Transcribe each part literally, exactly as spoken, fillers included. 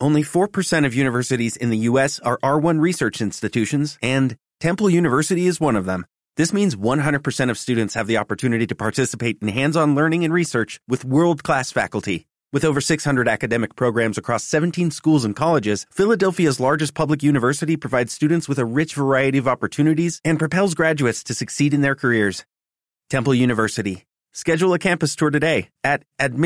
Only four percent of universities in the U S are R one research institutions, and Temple University is one of them. This means one hundred percent of students have the opportunity to participate in hands-on learning and research with world-class faculty. With over six hundred academic programs across seventeen schools and colleges, Philadelphia's largest public university provides students with a rich variety of opportunities and propels graduates to succeed in their careers. Temple University. Schedule a campus tour today at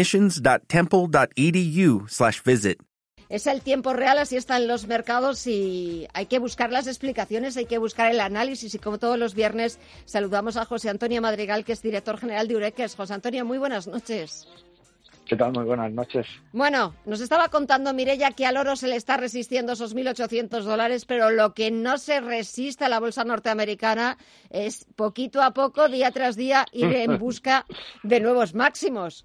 admissions.temple.edu slash visit. Es el tiempo real, así están los mercados y hay que buscar las explicaciones, hay que buscar el análisis y como todos los viernes saludamos a José Antonio Madrigal, que es director general de Eurekex. José Antonio, muy buenas noches. ¿Qué tal? Muy buenas noches. Bueno, nos estaba contando Mireia que al oro se le está resistiendo esos mil ochocientos dólares, pero lo que no se resiste a la bolsa norteamericana es poquito a poco, día tras día, ir en busca de nuevos máximos.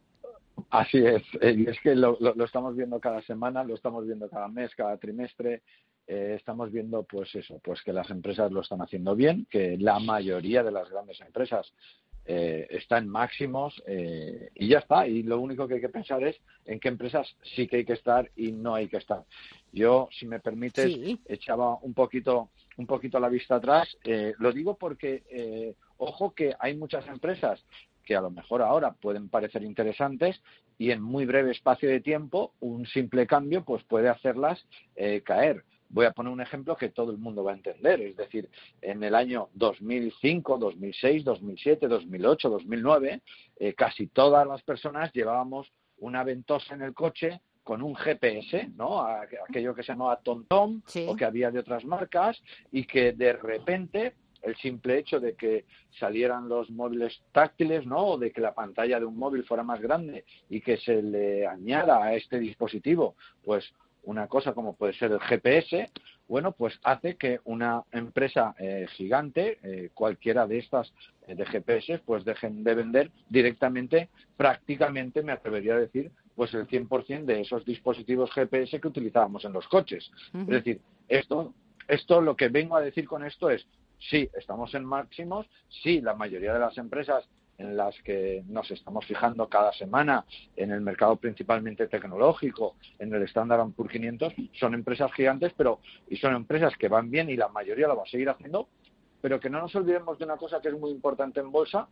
Así es, y es que lo, lo, lo estamos viendo cada semana, lo estamos viendo cada mes, cada trimestre, eh, estamos viendo pues eso, pues que las empresas lo están haciendo bien, que la mayoría de las grandes empresas eh, están máximos eh, y ya está, y lo único que hay que pensar es en qué empresas sí que hay que estar y no hay que estar. Yo, si me permites, sí. echaba un poquito, un poquito la vista atrás, eh, lo digo porque, eh, ojo que hay muchas empresas que a lo mejor ahora pueden parecer interesantes y en muy breve espacio de tiempo un simple cambio pues puede hacerlas eh, caer. Voy a poner un ejemplo que todo el mundo va a entender, es decir, en el año dos mil cinco, dos mil seis, dos mil siete, dos mil ocho, dos mil nueve, eh, casi todas las personas llevábamos una ventosa en el coche con un G P S, ¿no? Aquello que se llamaba TomTom, sí, o que había de otras marcas, y que de repente el simple hecho de que salieran los móviles táctiles, ¿no?, o de que la pantalla de un móvil fuera más grande y que se le añada a este dispositivo, pues una cosa como puede ser el G P S, bueno, pues hace que una empresa eh, gigante, eh, cualquiera de estas eh, de G P S, pues dejen de vender directamente, prácticamente, me atrevería a decir, pues el cien por ciento de esos dispositivos G P S que utilizábamos en los coches. Uh-huh. Es decir, esto, esto lo que vengo a decir con esto es, sí, estamos en máximos, sí, la mayoría de las empresas en las que nos estamos fijando cada semana en el mercado principalmente tecnológico, en el Standard and Poor's quinientos, son empresas gigantes, pero y son empresas que van bien y la mayoría lo va a seguir haciendo, pero que no nos olvidemos de una cosa que es muy importante en bolsa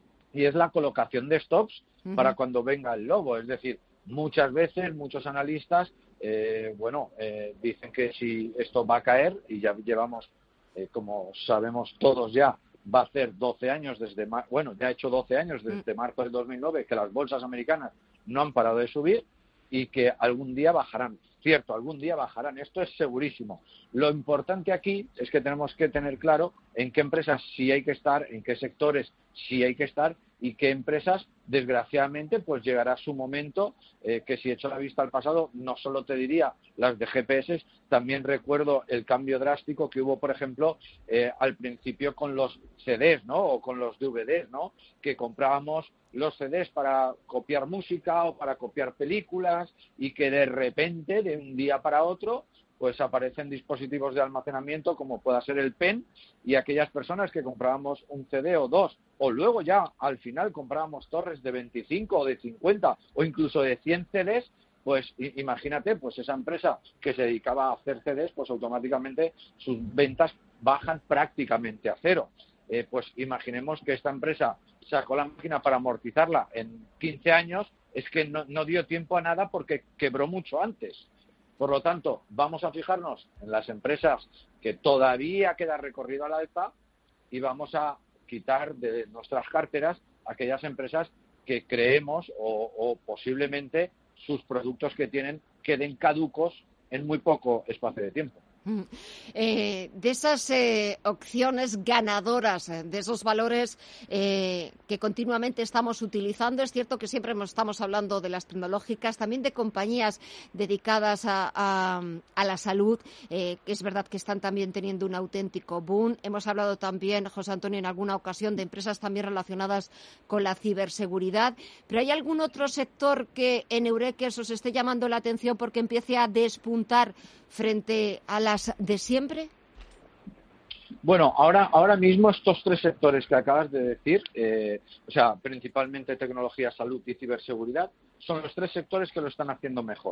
y es la colocación de stops uh-huh. para cuando venga el lobo. Es decir, muchas veces muchos analistas eh, bueno, eh, dicen que si esto va a caer y ya llevamos Eh, como sabemos todos ya, va a hacer doce años desde, mar- bueno, ya ha hecho doce años desde marzo del dos mil nueve que las bolsas americanas no han parado de subir y que algún día bajarán. Cierto, algún día bajarán, esto es segurísimo. Lo importante aquí es que tenemos que tener claro en qué empresas sí hay que estar, en qué sectores sí hay que estar y qué empresas, desgraciadamente, pues llegará su momento, eh, que si echo la vista al pasado, no solo te diría las de G P S, también recuerdo el cambio drástico que hubo, por ejemplo, eh, al principio con los C Ds, ¿no?, o con los D V Ds, ¿no?, que comprábamos los C Ds para copiar música o para copiar películas y que de repente, de un día para otro, pues aparecen dispositivos de almacenamiento como pueda ser el Pen, y aquellas personas que comprábamos un C D o dos, o luego ya al final comprábamos torres de veinticinco o de cincuenta o incluso de cien C Ds, pues imagínate, pues esa empresa que se dedicaba a hacer C Ds, pues automáticamente sus ventas bajan prácticamente a cero. Eh, pues imaginemos que esta empresa sacó la máquina para amortizarla en quince años, es que no, no dio tiempo a nada porque quebró mucho antes. Por lo tanto, vamos a fijarnos en las empresas que todavía queda recorrido al alza y vamos a quitar de nuestras carteras aquellas empresas que creemos o, o posiblemente sus productos que tienen queden caducos en muy poco espacio de tiempo. Eh, de esas eh, opciones ganadoras, eh, de esos valores eh, que continuamente estamos utilizando, es cierto que siempre estamos hablando de las tecnológicas, también de compañías dedicadas a, a, a la salud, eh, que es verdad que están también teniendo un auténtico boom. Hemos hablado también, José Antonio, en alguna ocasión de empresas también relacionadas con la ciberseguridad, pero ¿hay algún otro sector que en Eurekex os esté llamando la atención porque empiece a despuntar frente a las de siempre? Bueno, ahora, ahora mismo estos tres sectores que acabas de decir, eh, o sea, principalmente tecnología, salud y ciberseguridad, son los tres sectores que lo están haciendo mejor.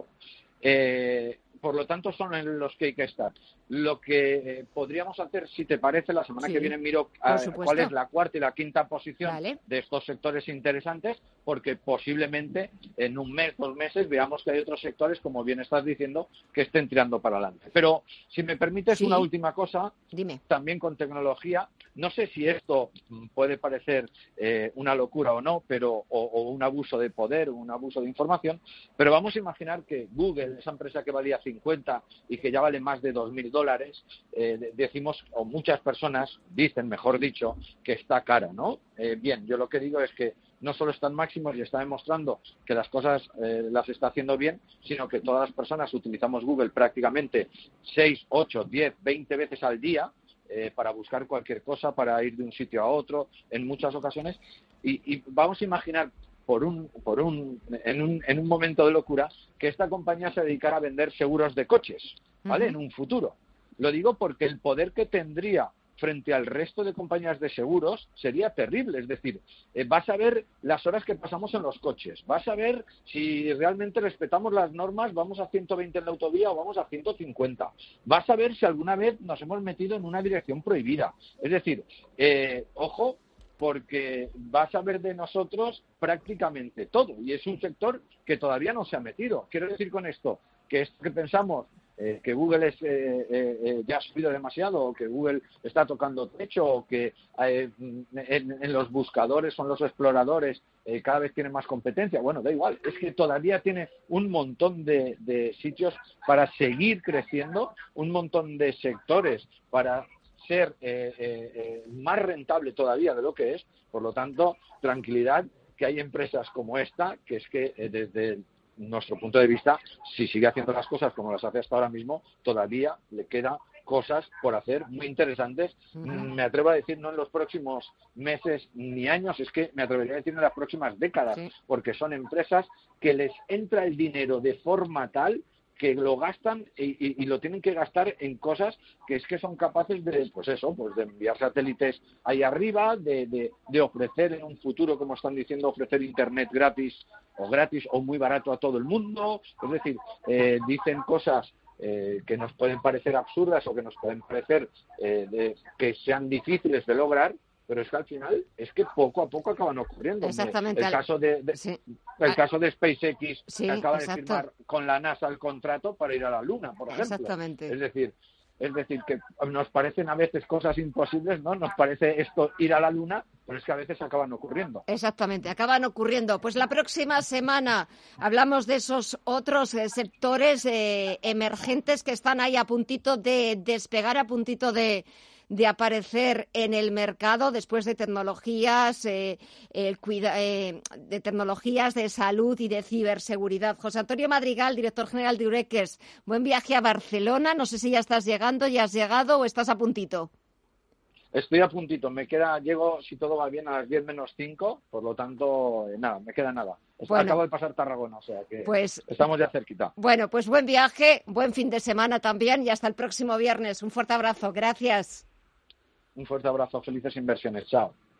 Eh, por lo tanto, son en los que hay que estar. Lo que eh, podríamos hacer, si te parece, la semana sí, que viene miro eh, cuál es la cuarta y la quinta posición vale. de estos sectores interesantes, porque posiblemente en un mes, dos meses, veamos que hay otros sectores, como bien estás diciendo, que estén tirando para adelante. Pero, si me permites, sí. una última cosa, Dime. También con tecnología. No sé si esto puede parecer eh, una locura o no, pero o, o un abuso de poder, o un abuso de información, pero vamos a imaginar que Google, esa empresa que valía cincuenta y que ya vale más de dos mil dólares, eh, decimos, o muchas personas dicen, mejor dicho, que está cara, ¿no? Eh, bien, yo lo que digo es que no solo están máximos y está demostrando que las cosas eh, las está haciendo bien, sino que todas las personas utilizamos Google prácticamente seis, ocho, diez, veinte veces al día eh, para buscar cualquier cosa, para ir de un sitio a otro, en muchas ocasiones. Y, y vamos a imaginar por un, por un, en, un, en un momento de locura que esta compañía se dedicara a vender seguros de coches, ¿vale? Uh-huh. En un futuro. Lo digo porque el poder que tendría frente al resto de compañías de seguros sería terrible. Es decir, eh, vas a ver las horas que pasamos en los coches, vas a ver si realmente respetamos las normas, vamos a ciento veinte en la autovía o vamos a ciento cincuenta, vas a ver si alguna vez nos hemos metido en una dirección prohibida. Es decir, eh, ojo, porque vas a ver de nosotros prácticamente todo, y es un sector que todavía no se ha metido. Quiero decir con esto que esto que pensamos Eh, que Google es, eh, eh, ya ha subido demasiado, o que Google está tocando techo, o que eh, en, en los buscadores o en los exploradores eh, cada vez tiene más competencia. Bueno, da igual, es que todavía tiene un montón de, de sitios para seguir creciendo, un montón de sectores para ser eh, eh, eh, más rentable todavía de lo que es. Por lo tanto, tranquilidad, que hay empresas como esta, que es que eh, desde nuestro punto de vista, si sigue haciendo las cosas como las hace hasta ahora mismo, todavía le quedan cosas por hacer muy interesantes. Uh-huh. Me atrevo a decir, no en los próximos meses ni años, es que me atrevería a decir en las próximas décadas, sí. Porque son empresas que les entra el dinero de forma tal que lo gastan y, y, y lo tienen que gastar en cosas que es que son capaces de, pues eso, pues de enviar satélites ahí arriba, de, de, de ofrecer en un futuro, como están diciendo, ofrecer internet gratis o gratis o muy barato a todo el mundo. Es decir, eh, dicen cosas eh, que nos pueden parecer absurdas o que nos pueden parecer eh, de, que sean difíciles de lograr, pero es que al final es que poco a poco acaban ocurriendo. Exactamente. El caso de, de sí. el caso de SpaceX, sí, que acaba exacto. de firmar con la NASA el contrato para ir a la Luna, por ejemplo. Exactamente. Es decir, es decir que nos parecen a veces cosas imposibles, ¿no? Nos parece esto ir a la Luna, pero es que a veces acaban ocurriendo. Exactamente, acaban ocurriendo. Pues la próxima semana hablamos de esos otros eh, sectores eh, emergentes que están ahí a puntito de despegar, a puntito de de aparecer en el mercado después de tecnologías, eh, el cuida, eh, de tecnologías de salud y de ciberseguridad. José Antonio Madrigal, director general de Eureques, buen viaje a Barcelona. No sé si ya estás llegando, ya has llegado o estás a puntito. Estoy a puntito, me queda, llego, si todo va bien, a las diez menos cinco, por lo tanto, eh, nada, me queda nada. Bueno, acabo de pasar Tarragona, o sea que pues, estamos ya cerquita. Bueno, pues buen viaje, buen fin de semana también y hasta el próximo viernes. Un fuerte abrazo, gracias. Un fuerte abrazo, felices inversiones, chao.